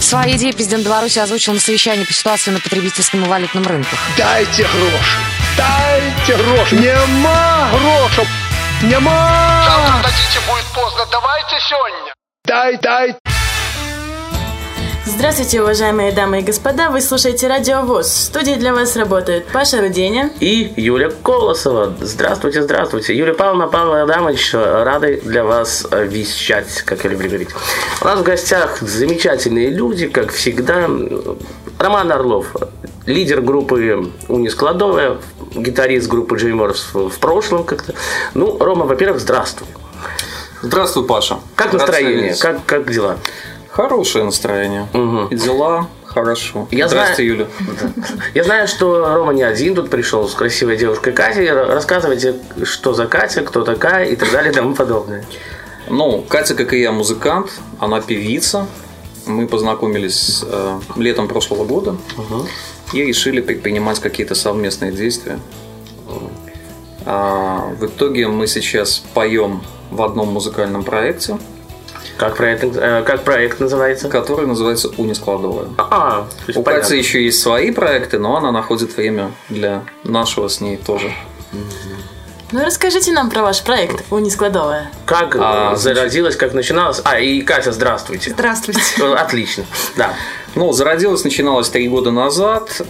Свои идеи президент Беларуси озвучил на совещании по ситуации на потребительском и валютном рынках. Дайте гроши! Дайте гроши! Нема грошей! Нема! Завтра дадите, будет поздно. Давайте сегодня. Дай! Здравствуйте, уважаемые дамы и господа, вы слушаете Радио ВОС. В студии для вас работают Паша Руденя и Юля Колосова. Здравствуйте. Юлия Павловна, Павел Адамович, рады для вас вещать, как я люблю говорить. У нас в гостях замечательные люди, как всегда. Роман Орлов, лидер группы «Унискладовая», гитарист группы Джейморс в прошлом как-то. Рома, во-первых, здравствуй. Здравствуй, Паша. Как настроение? Как дела? Хорошее настроение. Угу. И дела хорошо. Здравствуйте, Юля. Я знаю, что Рома не один тут пришел с красивой девушкой Катей. Рассказывайте, что за Катя, кто такая и так далее и тому подобное. Катя, как и я, музыкант. Она певица. Мы познакомились летом прошлого года и решили предпринимать какие-то совместные действия. В итоге мы сейчас поем в одном музыкальном проекте. Как проект называется? Который называется «Унискладовая». У понятно. Кати еще есть свои проекты, но она находит время для нашего с ней тоже. Расскажите нам про ваш проект «Унискладовая». Как зародилась, как начиналась? И Катя, здравствуйте. Здравствуйте. Отлично, да. Зародилась, начиналась 3 года назад.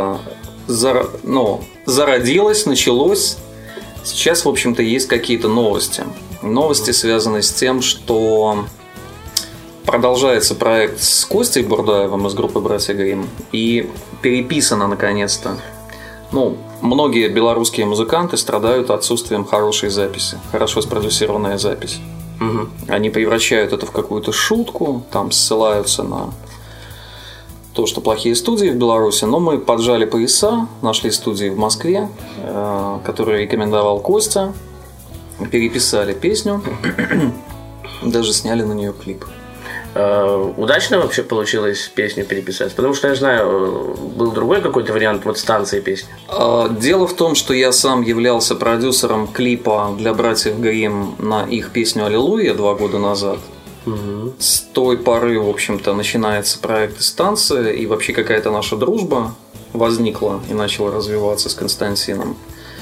Зародилась, началось. Сейчас, в общем-то, есть какие-то новости. Новости, связанные с тем, что продолжается проект с Костей Бурдаевым из группы «Братья Гримм». И переписано, наконец-то. Многие белорусские музыканты страдают отсутствием хорошей записи. Хорошо спродюсированная запись. Угу. Они превращают это в какую-то шутку, там ссылаются на то, что плохие студии в Беларуси. Но мы поджали пояса, нашли студии в Москве, которые рекомендовал Костя. Переписали песню, даже сняли на нее клип. Удачно вообще получилось песню переписать? Потому что я знаю, был другой какой-то вариант станции песни. Дело в том, что я сам являлся продюсером клипа для братьев Гримм на их песню «Аллилуйя» 2 года назад. Угу. С той поры, в общем-то, начинается проект «Станция», и вообще какая-то наша дружба возникла и начала развиваться с Константином.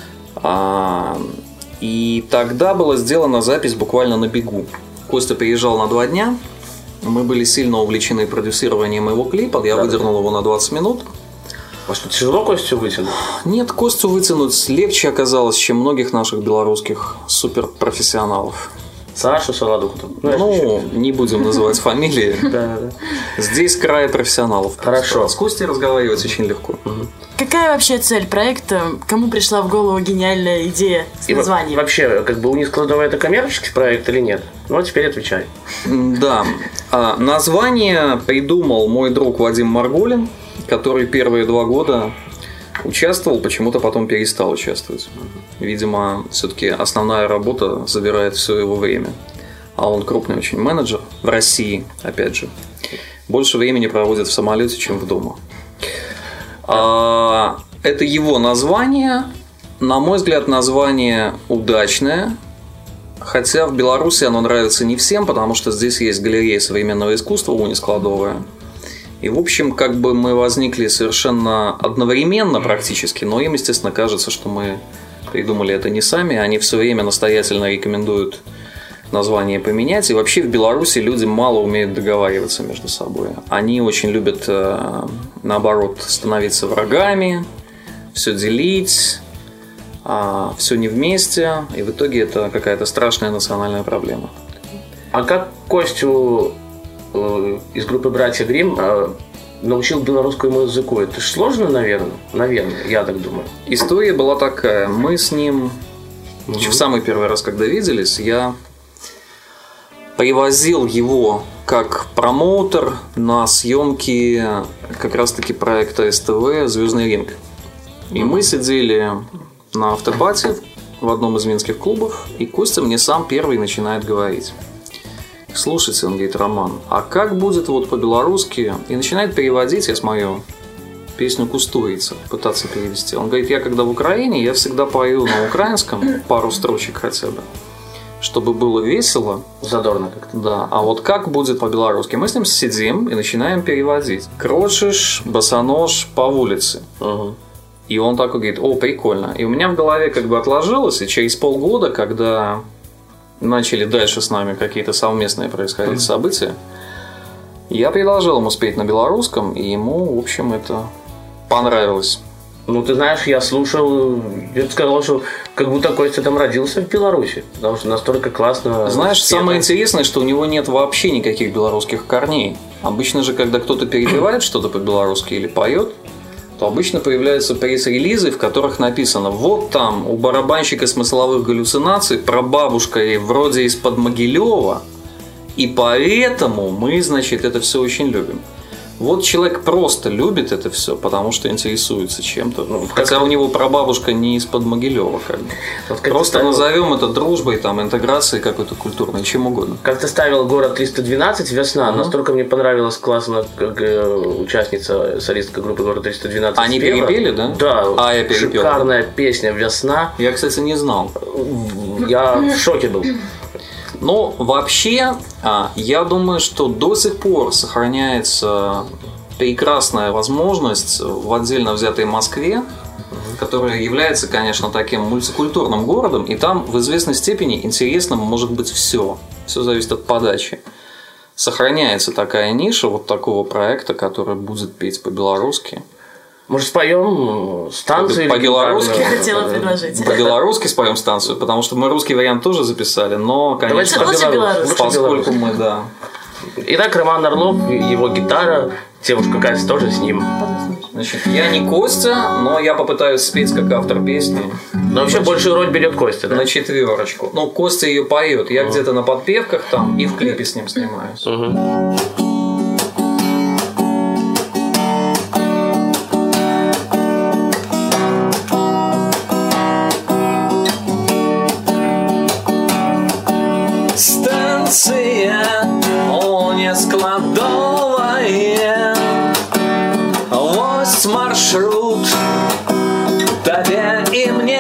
И тогда была сделана запись буквально на бегу. Костя приезжал на 2 дня. Мы были сильно увлечены продюсированием его клипа. Я выдернул его на 20 минут. А что, тяжело Костю вытянуть? Нет, Костю вытянуть легче оказалось, чем многих наших белорусских суперпрофессионалов. Сашу Солодуху. Не будем называть фамилии. Здесь край профессионалов. Хорошо. С Костей разговаривать очень легко. Какая вообще цель проекта? Кому пришла в голову гениальная идея с названием? И вообще, «Унискладовая» это коммерческий проект или нет? Теперь отвечай. Да. Название придумал мой друг Вадим Маргулин, который первые 2 года участвовал, почему-то потом перестал участвовать. Видимо, все-таки основная работа забирает все его время. А он крупный очень менеджер в России, опять же. Больше времени проводит в самолете, чем в дома. Это его название. На мой взгляд, название удачное. Хотя в Беларуси оно нравится не всем, потому что здесь есть галерея современного искусства «Унискладовая». И, в общем, мы возникли совершенно одновременно практически, но им, естественно, кажется, что мы придумали это не сами. Они все время настоятельно рекомендуют название поменять. И вообще в Беларуси люди мало умеют договариваться между собой. Они очень любят, наоборот, становиться врагами, все делить, все не вместе. И в итоге это какая-то страшная национальная проблема. А как Костю из группы «Братья Гримм» научил белорусскому языку? Это же сложно, наверное? Наверное, я так думаю. История была такая. Мы с ним в самый первый раз, когда виделись, я привозил его как промоутер на съемки как раз-таки проекта СТВ «Звездный ринг». И мы сидели на автопате в одном из минских клубов, и Костя мне сам первый начинает говорить: слушайте, он говорит, Роман, а как будет по-белорусски? И начинает переводить, я смотрю, песню «Кустурица», пытаться перевести. Он говорит, я когда в Украине, я всегда пою на украинском пару строчек хотя бы. чтобы было весело. Задорно как-то. Да, а вот как будет по-белорусски? Мы с ним сидим и начинаем переводить. Крочишь босонож по улице. Угу. И он такой говорит: о, прикольно. И у меня в голове как бы отложилось, и через полгода, когда начали дальше с нами какие-то совместные происходить события, я предложил ему спеть на белорусском, и ему, в общем, это понравилось. Ну, ты знаешь, я слушал, я сказал, что как будто Костя там родился в Беларуси, потому что настолько классно. Знаешь, самое интересное, что у него нет вообще никаких белорусских корней. Обычно же, когда кто-то перепевает что-то по-белорусски или поет, то обычно появляются пресс-релизы, в которых написано: вот там у барабанщика смысловых галлюцинаций прабабушка и вроде из-под Могилева, и поэтому мы, значит, это все очень любим. Вот человек просто любит это все, потому что интересуется чем-то. Ну, хотя у него прабабушка не из-под Могилева, как бы. Вот как просто назовем это дружбой, там, интеграцией какой-то культурной, чем угодно. Как ты ставил город 312 «Весна», настолько мне понравилось классно, как участница, солистка группы «Город 312». Они перепели, да? Да, а я перепел. Шикарная песня «Весна». Я, кстати, не знал. Я в шоке был. Но вообще, я думаю, что до сих пор сохраняется прекрасная возможность в отдельно взятой Москве, которая является, конечно, таким мультикультурным городом, и там в известной степени интересным может быть все. Все зависит от подачи. Сохраняется такая ниша вот такого проекта, который будет петь по-белорусски. Может, споем станцию? По-белорусски? Я хотела предложить. По-белорусски споем станцию, потому что мы русский вариант тоже записали, но, конечно, поскольку мы, да. Итак, Роман Орлов, его гитара, девушка Катя тоже с ним. Значит, я не Костя, но я попытаюсь спеть как автор песни. Но вообще большую роль берет Костя, да? На 4. Ну, Костя ее поет. Я где-то на подпевках там и в клипе с ним снимаюсь. Станция складовая, вось маршрут тебе и мне.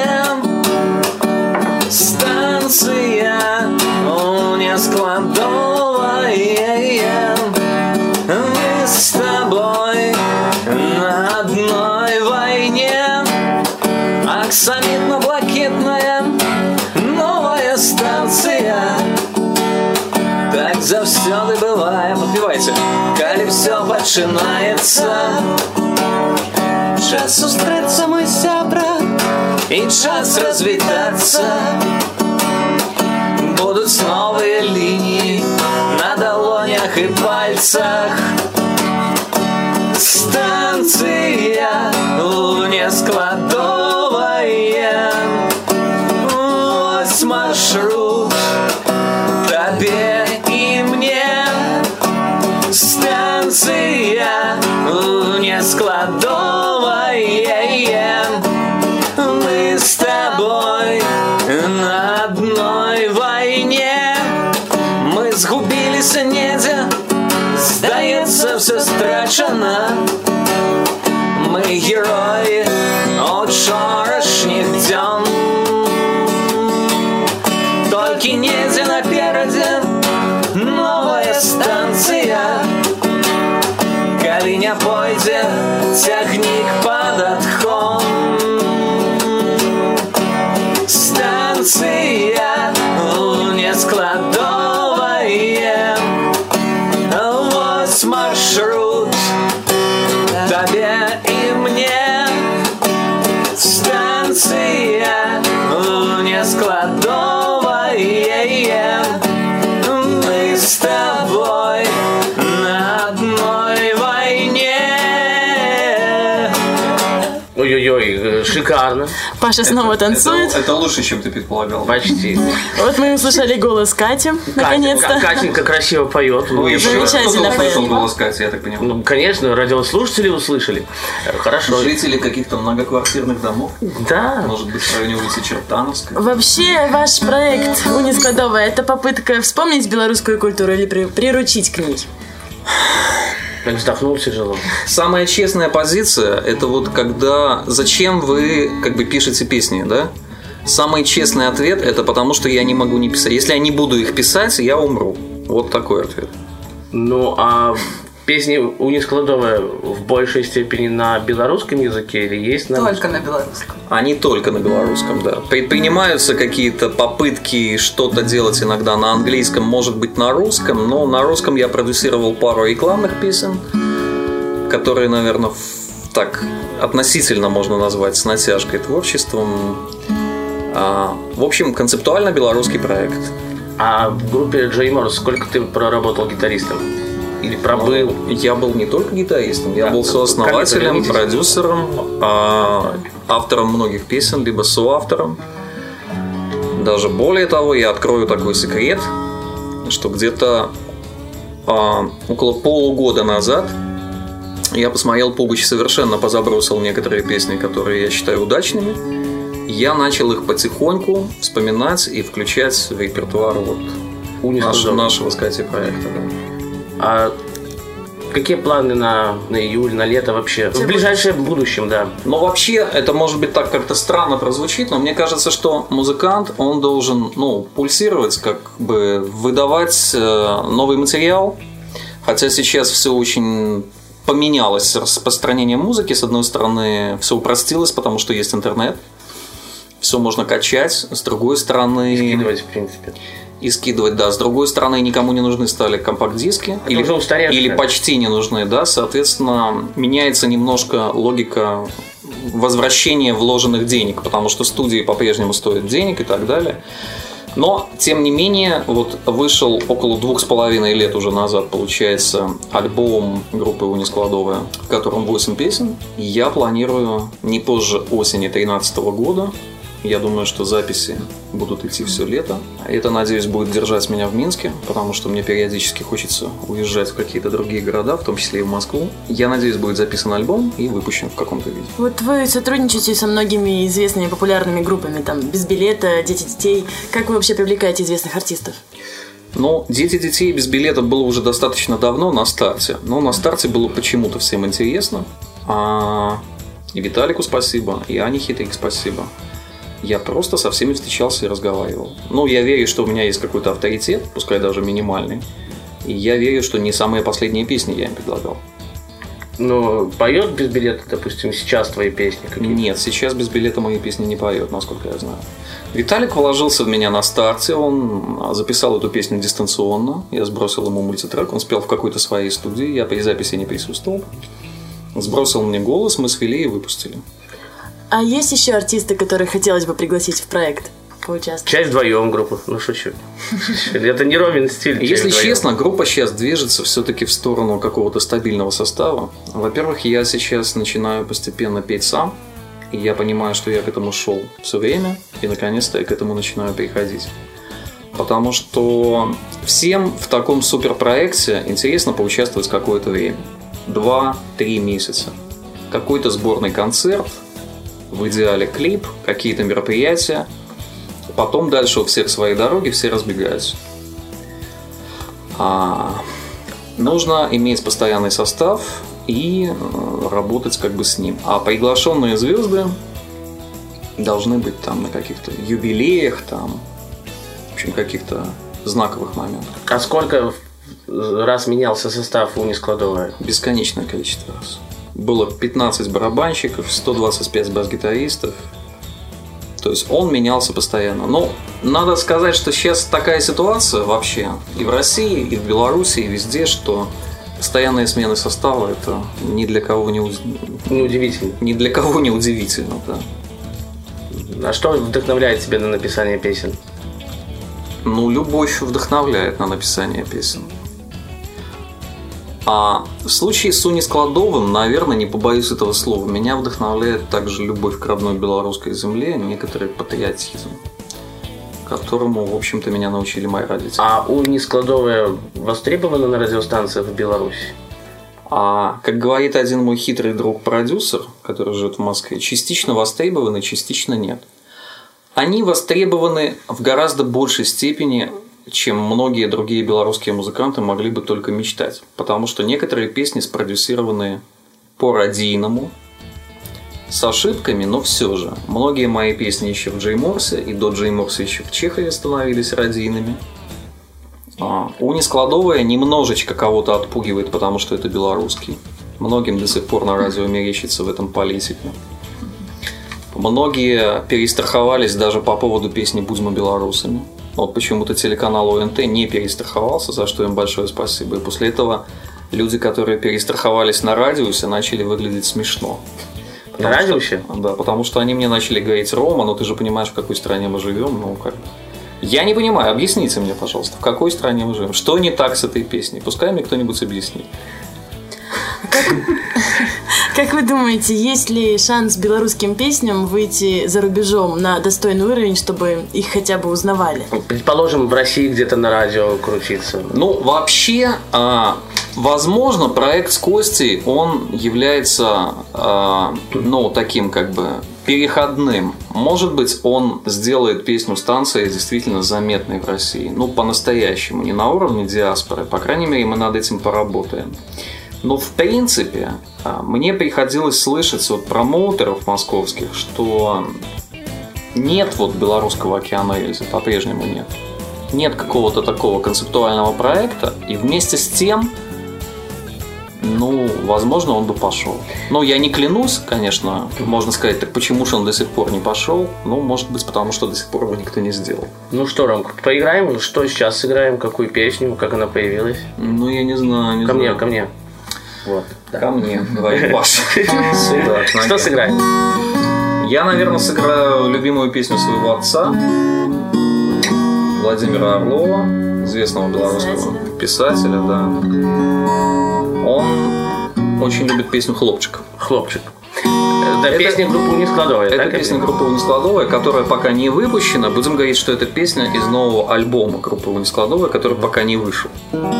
Станция не складовая, мы с тобой на одной войне. Аксамитно-блакитная новая станция, так завсёды бывае. Подпевайте. Калі все пачынаецца, час сустрэцца, мой сябра, і час развітацца. Будуць новыя лініі на далонях і пальцах. Станцыя нескладовая, вось маршрут тебе и мне. Станция нескладовая, мы с тобой на одной войне. Мы сгубились недзе, здаецца, все страчано. Мы герои учорашніх дзён. Толькі недзе наперадзе новая станция. Калі не пойдзе цягнік пад адхон. Станция нескладовая, вось маршрут тебе и мне. Станция нескладовая, мы с тобой на одной войне. Ой-ой-ой, шикарно. Паша снова танцует. Это лучше, чем ты предполагал. Почти. Вот мы услышали голос Кати, наконец-то. Катенька красиво поет. Замечательно поет. Голос Кати, я так понимаю. Ну, конечно, радиослушатели услышали. Хорошо. Жители каких-то многоквартирных домов. Да. Может быть, в районе улицы Чертановской. Вообще, ваш проект «Унискладовая» — это попытка вспомнить белорусскую культуру или приручить к ней? Так вздохнул тяжело. Самая честная позиция – это вот когда… Зачем вы как бы пишете песни, да? Самый честный ответ – это потому, что я не могу не писать. Если я не буду их писать, я умру. Вот такой ответ. Ну, а песни у Нескладовой в большей степени на белорусском языке или есть на Только на белорусском. Они только на белорусском, да. Предпринимаются какие-то попытки что-то делать иногда на английском, может быть, на русском, но на русском я продюсировал пару рекламных песен, которые, наверное, так относительно можно назвать с натяжкой творчеством. В общем, концептуально белорусский проект. А в группе Джей Морс сколько ты проработал гитаристом? Или пробыл? Я был не только гитаристом, я был сооснователем, продюсером, автором многих песен, либо соавтором. Даже более того, я открою такой секрет, что где-то около полугода назад я посмотрел Пугач, совершенно позабросил некоторые песни, которые я считаю удачными. Я начал их потихоньку вспоминать и включать в репертуар нашего, сказать, проекта. Да. А какие планы на июль, на лето вообще? В ближайшем будущем, да. Но вообще, это может быть так как-то странно прозвучит, но мне кажется, что музыкант, он должен пульсировать, как бы выдавать новый материал. Хотя сейчас все очень поменялось с распространением музыки. С одной стороны, все упростилось, потому что есть интернет. Все можно качать, с другой стороны... И скидывать, в принципе. И скидывать, да. С другой стороны, никому не нужны стали компакт-диски. Или почти не нужны, да. Соответственно, меняется немножко логика возвращения вложенных денег, потому что студии по-прежнему стоят денег и так далее. Но, тем не менее, вот вышел около 2,5 лет уже назад, получается, альбом группы Унискладовая, в котором 8 песен. Я планирую не позже осени 2013 года. Я думаю, что записи будут идти все лето. Это, надеюсь, будет держать меня в Минске, потому что мне периодически хочется уезжать в какие-то другие города, в том числе и в Москву. Я надеюсь, будет записан альбом и выпущен в каком-то виде. Вот вы сотрудничаете со многими известными популярными группами, там, «Без билета», «Дети детей». Как вы вообще привлекаете известных артистов? Ну, «Дети детей» без билета было уже достаточно давно на старте. Но на старте было почему-то всем интересно. И Виталику спасибо, и Ане Хитрик спасибо. Я просто со всеми встречался и разговаривал. Я верю, что у меня есть какой-то авторитет, пускай даже минимальный. И я верю, что не самые последние песни я им предлагал. Но поет без билета, допустим, сейчас твои песни какие-то? Нет, сейчас без билета мои песни не поет, насколько я знаю. Виталик вложился в меня на старте, он записал эту песню дистанционно. Я сбросил ему мультитрек, он спел в какой-то своей студии, я при записи не присутствовал. Сбросил мне голос, мы свели и выпустили. А есть еще артисты, которых хотелось бы пригласить в проект поучаствовать? Часть вдвоем группа. Шучу. Это не Ромин стиль. Если честно, группа сейчас движется все-таки в сторону какого-то стабильного состава. Во-первых, я сейчас начинаю постепенно петь сам. И я понимаю, что я к этому шел все время. И наконец-то я к этому начинаю приходить. Потому что всем в таком суперпроекте интересно поучаствовать какое-то время. 2-3 месяца. Какой-то сборный концерт. В идеале клип, какие-то мероприятия. Потом дальше у всех свои дороги, все разбегаются. Нужно иметь постоянный состав и работать как бы с ним. А приглашенные звезды должны быть там на каких-то юбилеях, там, в общем, каких-то знаковых моментах. А сколько раз менялся состав у Нескладовой? Бесконечное количество раз. Было 15 барабанщиков, 125 бас-гитаристов. То есть он менялся постоянно. Но надо сказать, что сейчас такая ситуация вообще и в России, и в Беларуси, и везде, что постоянные смены состава это ни для кого не удивительно. Ни для кого не удивительно, да. А что вдохновляет тебя на написание песен? Любовь вдохновляет на написание песен. А в случае с Унискладовым, наверное, не побоюсь этого слова, меня вдохновляет также любовь к родной белорусской земле, некоторый патриотизм, которому, в общем-то, меня научили мои родители. А Унискладовая востребована на радиостанциях в Беларуси? Как говорит один мой хитрый друг-продюсер, который живет в Москве, частично востребованы, частично нет. Они востребованы в гораздо большей степени, чем многие другие белорусские музыканты могли бы только мечтать. Потому что некоторые песни спродюсированы по-радийному, с ошибками, но все же. Многие мои песни еще в Джей Морсе, и до Джей Морса еще в Чехове становились радийными. Унискладовая немножечко кого-то отпугивает, потому что это белорусский. Многим до сих пор на радио мерещится в этом политика. Многие перестраховались даже по поводу песни «Будьмо белорусами». Вот почему-то телеканал ОНТ не перестраховался, за что им большое спасибо. И после этого люди, которые перестраховались на радиусе, начали выглядеть смешно. На радиусе? Да, потому что они мне начали говорить: Рома, ну ты же понимаешь, в какой стране мы живем, ну как. Я не понимаю, объясните мне, пожалуйста, в какой стране мы живем, что не так с этой песней, пускай мне кто-нибудь объяснит. Как вы думаете, есть ли шанс белорусским песням выйти за рубежом на достойный уровень, чтобы их хотя бы узнавали? Предположим, в России где-то на радио крутиться. Ну, вообще, возможно, проект с Костей, он является, ну, таким как бы переходным. Может быть, он сделает песню «Станция» действительно заметной в России. Ну, по-настоящему, не на уровне диаспоры. По крайней мере, мы над этим поработаем. Но в принципе мне приходилось слышать от промоутеров московских, что нет вот белорусского океана Эльзы, по-прежнему нет. Нет какого-то такого концептуального проекта, и вместе с тем, ну, возможно, он бы пошел. Но я не клянусь, конечно, можно сказать, так почему же он до сих пор не пошел? Ну, может быть, потому что до сих пор его никто не сделал. Ну что, Ромка, поиграем? Что сейчас сыграем? Какую песню? Как она появилась? Ну, я не знаю. Ко мне. Вот, да. Ко мне, говорит Паша. Что сыграем? Я, наверное, сыграю любимую песню своего отца, Владимира Орлова, известного белорусского писателя, да. Он очень любит песню «Хлопчик». «Хлопчик». Это песня группы «Унискладовая». Это песня группы «Унискладовая», которая пока не выпущена. Будем говорить, что это песня из нового альбома группы «Унискладовая», который пока не вышел.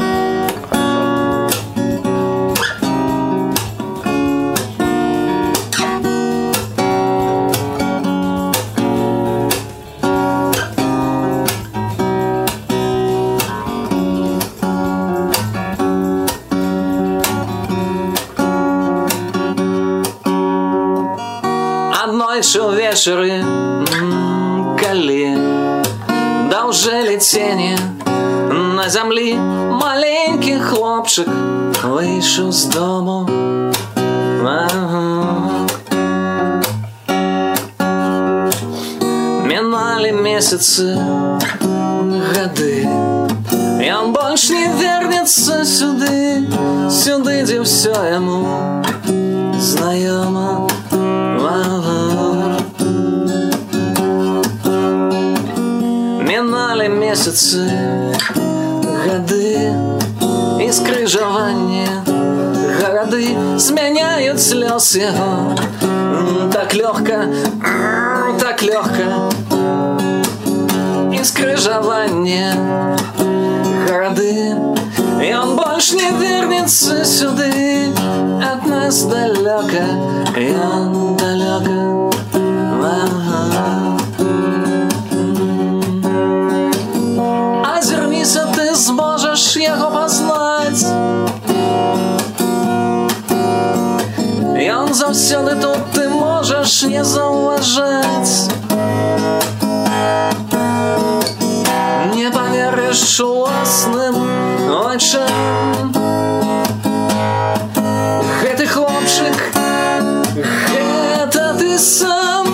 Вечери, калі довжили тіні на землі, маленький хлопчик вийшов з дому. Минали месяцы, годы, и он больше не вернется сюды, сюда, где все ему знакомо. Минали месяцы, годы, и скрижования, городы сменяют слез его. Так легко, и скрижования, городы, и он больше не вернется сюда, от нас далеко, и он далеко. Озирнися, ти зможеш його познать. І он завсюди тут, ти можеш не зауважать. Не поверишь власным очам. Гэта хлопчик, гэта ты сам.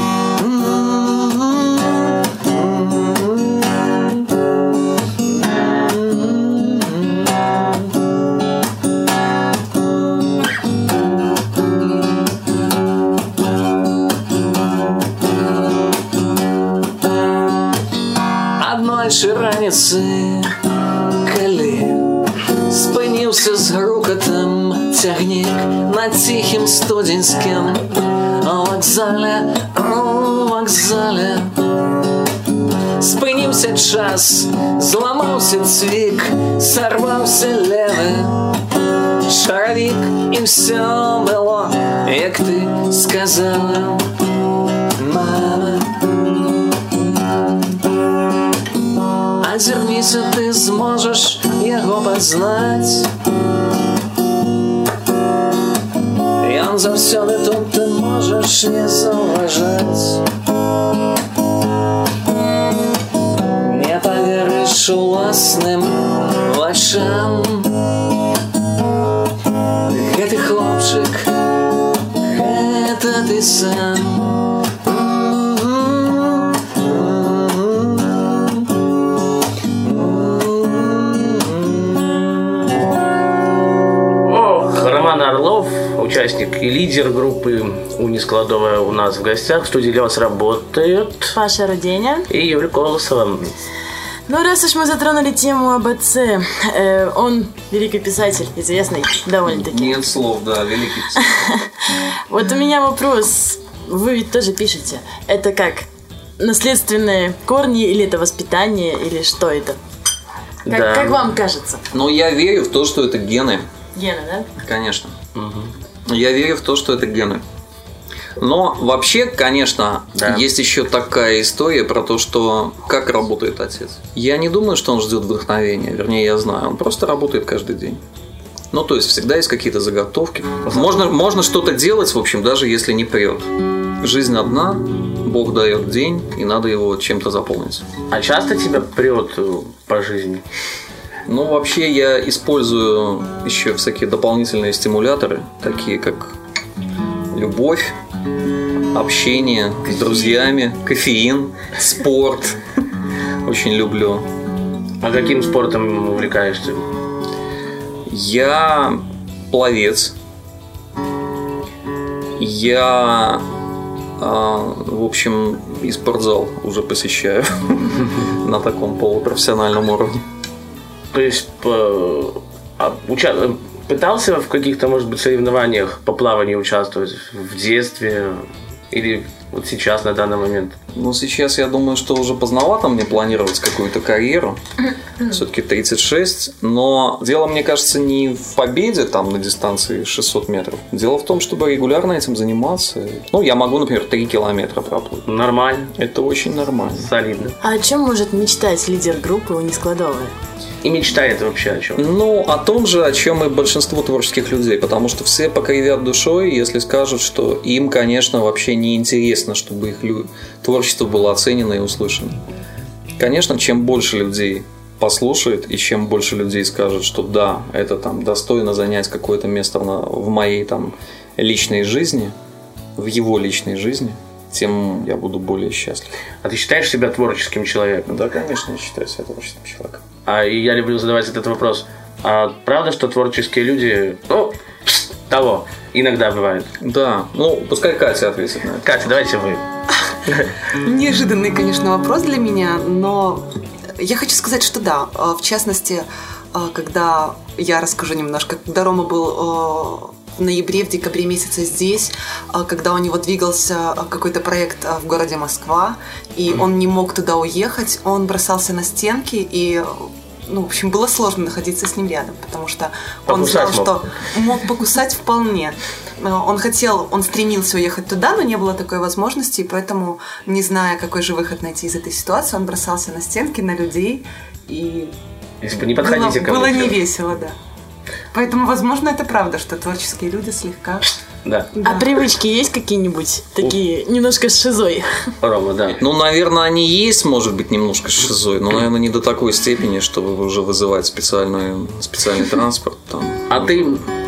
Раніцы, калі спыніўся з грукатам цягнік на ціхім студзеньскім вакзале, спыніўся час, зламаўся цвік, сарваўся левы шаравік, і ўсё было, як ты сказала, мама. Озирнися, ты зможешь его познать. И он завсёды тут, ты можешь можешь не зауважать. Не поверишь уласным вачам. Гэты хлопчык, гэта ты сам. Роман Орлов, участник и лидер группы «Унискладовая» у нас в гостях. В студии для вас работает Паша Руденя и Юлия Колосова. Ну, раз уж мы затронули тему об отце, он великий писатель, известный довольно-таки. Нет слов, да, великий писатель. Вот у меня вопрос. Вы ведь тоже пишете. Это как? Наследственные корни или это воспитание, или что это? Да. Как вам кажется? Но я верю в то, что это гены. Гена, да? Конечно. Я верю в то, что это гены. Но вообще, конечно, Да. есть еще такая история про то, что как работает отец. Я не думаю, что он ждет вдохновения. Вернее, я знаю. Он просто работает каждый день. Ну, то есть, всегда есть какие-то заготовки. Можно что-то делать, в общем, даже если не прет. Жизнь одна, Бог дает день, и надо его чем-то заполнить. А часто тебя прет по жизни? Ну, вообще, я использую еще всякие дополнительные стимуляторы, такие как любовь, общение с друзьями, кофеин, спорт. Очень люблю. А каким спортом увлекаешься? Я пловец. Я, в общем, и спортзал уже посещаю на таком полупрофессиональном уровне. То есть пытался в каких-то, может быть, соревнованиях по плаванию участвовать в детстве или вот сейчас, на данный момент? Ну, сейчас я думаю, что уже поздновато мне планировать какую-то карьеру. Все-таки 36. Но дело, мне кажется, не в победе там на дистанции 600 метров. Дело в том, чтобы регулярно этим заниматься. Ну, я могу, например, 3 километра проплыть. Нормально. Это очень нормально. Солидно. А о чем может мечтать лидер группы «Унискладовая»? И мечтает вообще о чем? Ну, о том же, о чем и большинство творческих людей. Потому что все покривят душой, если скажут, что им, конечно, вообще не интересно, чтобы их творчество было оценено и услышано. Конечно, чем больше людей послушает, и чем больше людей скажет, что да, это там достойно занять какое-то место в моей там личной жизни, в его личной жизни, тем я буду более счастлив. А ты считаешь себя творческим человеком? Да, конечно, я считаю себя творческим человеком. И я люблю задавать этот вопрос. А правда, что творческие люди, того, иногда бывает? Да, ну, пускай Катя ответит на это. Катя, давайте вы. Неожиданный, конечно, вопрос для меня, но я хочу сказать, что да. В частности, когда я расскажу немножко, когда Рома был в ноябре, в декабре месяце здесь, когда у него двигался какой-то проект в городе Москва, и он не мог туда уехать, он бросался на стенки, и, в общем, было сложно находиться с ним рядом, потому что он знал, что мог покусать вполне. Он стремился уехать туда, но не было такой возможности, и поэтому, не зная, какой же выход найти из этой ситуации, он бросался на стенки, на людей, и не подходите ко мне. Было не весело, да. Поэтому, возможно, это правда, что творческие люди слегка... Да. А привычки есть какие-нибудь такие немножко с шизой? Рома, да. Ну, наверное, они есть, может быть, немножко с шизой, но, наверное, не до такой степени, чтобы уже вызывать специальный транспорт. Там. А ты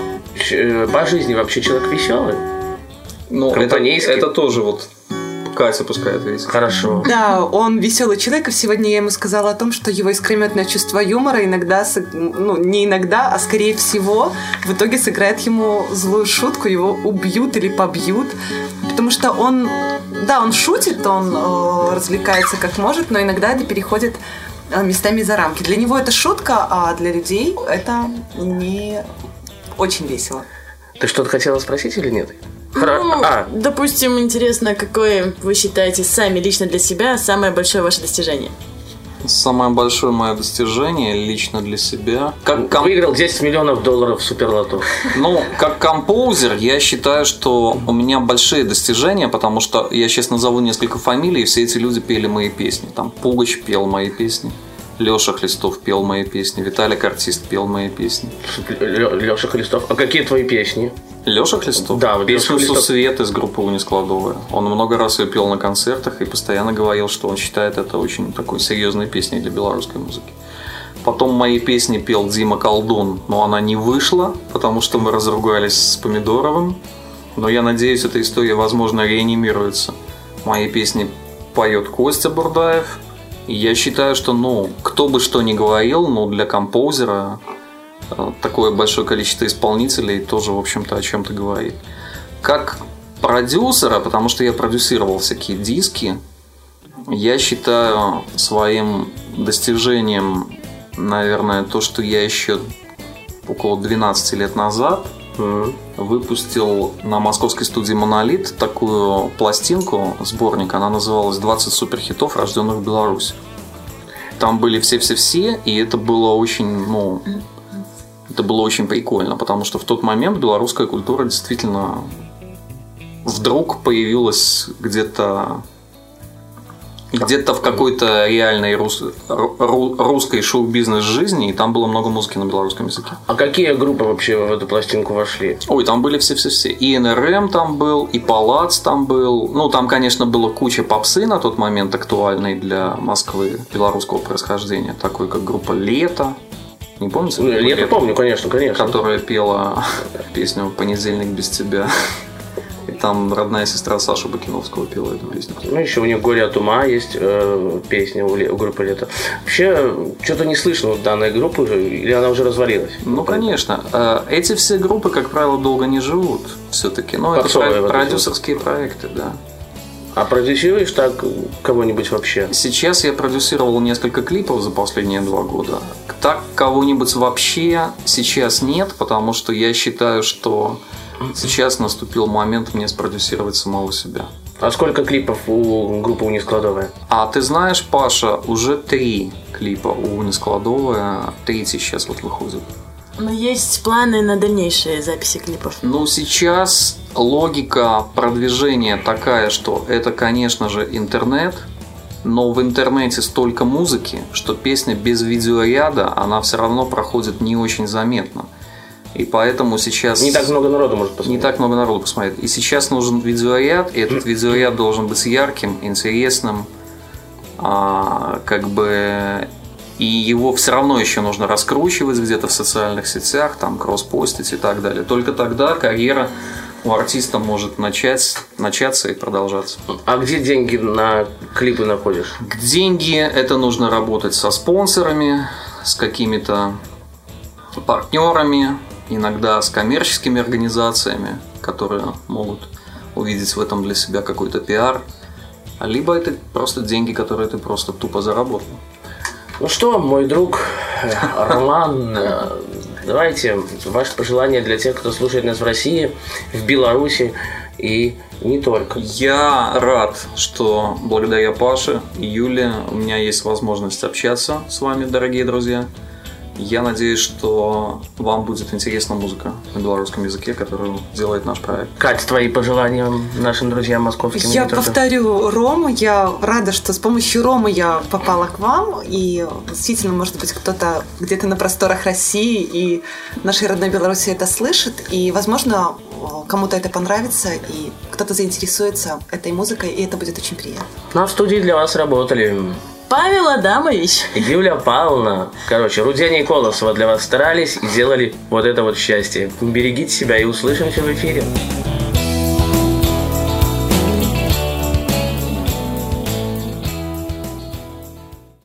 по жизни вообще человек веселый? Ну, это тоже вот Катя пускай ответит. Хорошо. Да, он веселый человек, и сегодня я ему сказала о том, что его искрометное чувство юмора иногда, не иногда, а скорее всего, в итоге сыграет ему злую шутку, его убьют или побьют, потому что он шутит, он развлекается как может, но иногда это переходит местами за рамки. Для него это шутка, а для людей это не очень весело. Ты что-то хотела спросить или нет? Допустим, интересно, какое вы считаете сами лично для себя самое большое ваше достижение? Самое большое мое достижение лично для себя. Выиграл $10 миллионов в Суперлото. Ну, как композер, я считаю, что у меня большие достижения, потому что я сейчас назову несколько фамилий, и все эти люди пели мои песни. Там Пугач пел мои песни, Леша Хлистов пел мои песни, Виталик Артист пел мои песни. Леша Хлистов. А какие твои песни? Лёша Хлестов? Да, вот песню Лёша Хлестов. «Сусвет» из группы «Унискладовая». Он много раз ее пел на концертах и постоянно говорил, что он считает это очень такой серьезной песней для белорусской музыки. Потом мои песни пел Дима Колдун, но она не вышла, потому что мы разругались с Помидоровым. Но я надеюсь, эта история, возможно, реанимируется. Мои песни поет Костя Бурдаев. И я считаю, что, кто бы что ни говорил, для композера такое большое количество исполнителей тоже, в общем-то, о чем-то говорит. Как продюсера, потому что я продюсировал всякие диски, я считаю своим достижением, наверное, то, что я еще около 12 лет назад выпустил на московской студии «Монолит» такую пластинку, сборник, она называлась «20 суперхитов, рожденных в Беларуси». Там были все-все-все, и это было очень, это было очень прикольно, потому что в тот момент белорусская культура действительно вдруг появилась где-то в какой-то реальной русской шоу-бизнес жизни, и там было много музыки на белорусском языке. А какие группы вообще в эту пластинку вошли? Ой, там были все-все-все. И НРМ там был, и Палац там был. Там, конечно, было куча попсы на тот момент актуальной для Москвы белорусского происхождения, такой как группа «Лето». Не помните? «Лето» помню, конечно. Которая пела песню «Понедельник без тебя». И там родная сестра Саши Бакиновского пела эту песню. Еще у них «Горе от ума» есть песня у группы «Лето». Вообще, что-то не слышно данной группы, или она уже развалилась? Конечно. Эти все группы, как правило, долго не живут все-таки. Это продюсерские проекты, да. А продюсируешь так кого-нибудь вообще? Сейчас я продюсировал несколько клипов за последние 2 года. Так кого-нибудь вообще сейчас нет, потому что я считаю, что сейчас наступил момент мне спродюсировать самого себя. А сколько клипов у группы «Унискладовая»? А ты знаешь, Паша, уже 3 клипа у «Унискладовая», 3-й сейчас выходит. Но есть планы на дальнейшие записи клипов? Сейчас логика продвижения такая, что это, конечно же, интернет, но в интернете столько музыки, что песня без видеоряда, она все равно проходит не очень заметно. И поэтому сейчас... Не так много народу может посмотреть. Не так много народу посмотреть. И сейчас нужен видеоряд, и этот видеоряд должен быть ярким, интересным, и его все равно еще нужно раскручивать где-то в социальных сетях, там кросс-постить и так далее. Только тогда карьера у артиста может начаться и продолжаться. А где деньги на клипы находишь? Деньги это нужно работать со спонсорами, с какими-то партнерами, иногда с коммерческими организациями, которые могут увидеть в этом для себя какой-то пиар. Либо это просто деньги, которые ты просто тупо заработал. Ну что, мой друг Роман, давайте ваши пожелания для тех, кто слушает нас в России, в Беларуси и не только. Я рад, что благодаря Паше и Юле у меня есть возможность общаться с вами, дорогие друзья. Я надеюсь, что вам будет интересна музыка на белорусском языке, которую делает наш проект. Кать, твои пожелания нашим друзьям московским? Я повторю Рому. Я рада, что с помощью Ромы я попала к вам. И действительно, может быть, кто-то где-то на просторах России и нашей родной Беларуси это слышит. И, возможно, кому-то это понравится, и кто-то заинтересуется этой музыкой, и это будет очень приятно. На студии для вас работали Павел Адамович, Юля Павловна. Руденя и Колосова для вас старались и делали вот это вот счастье. Берегите себя и услышимся в эфире.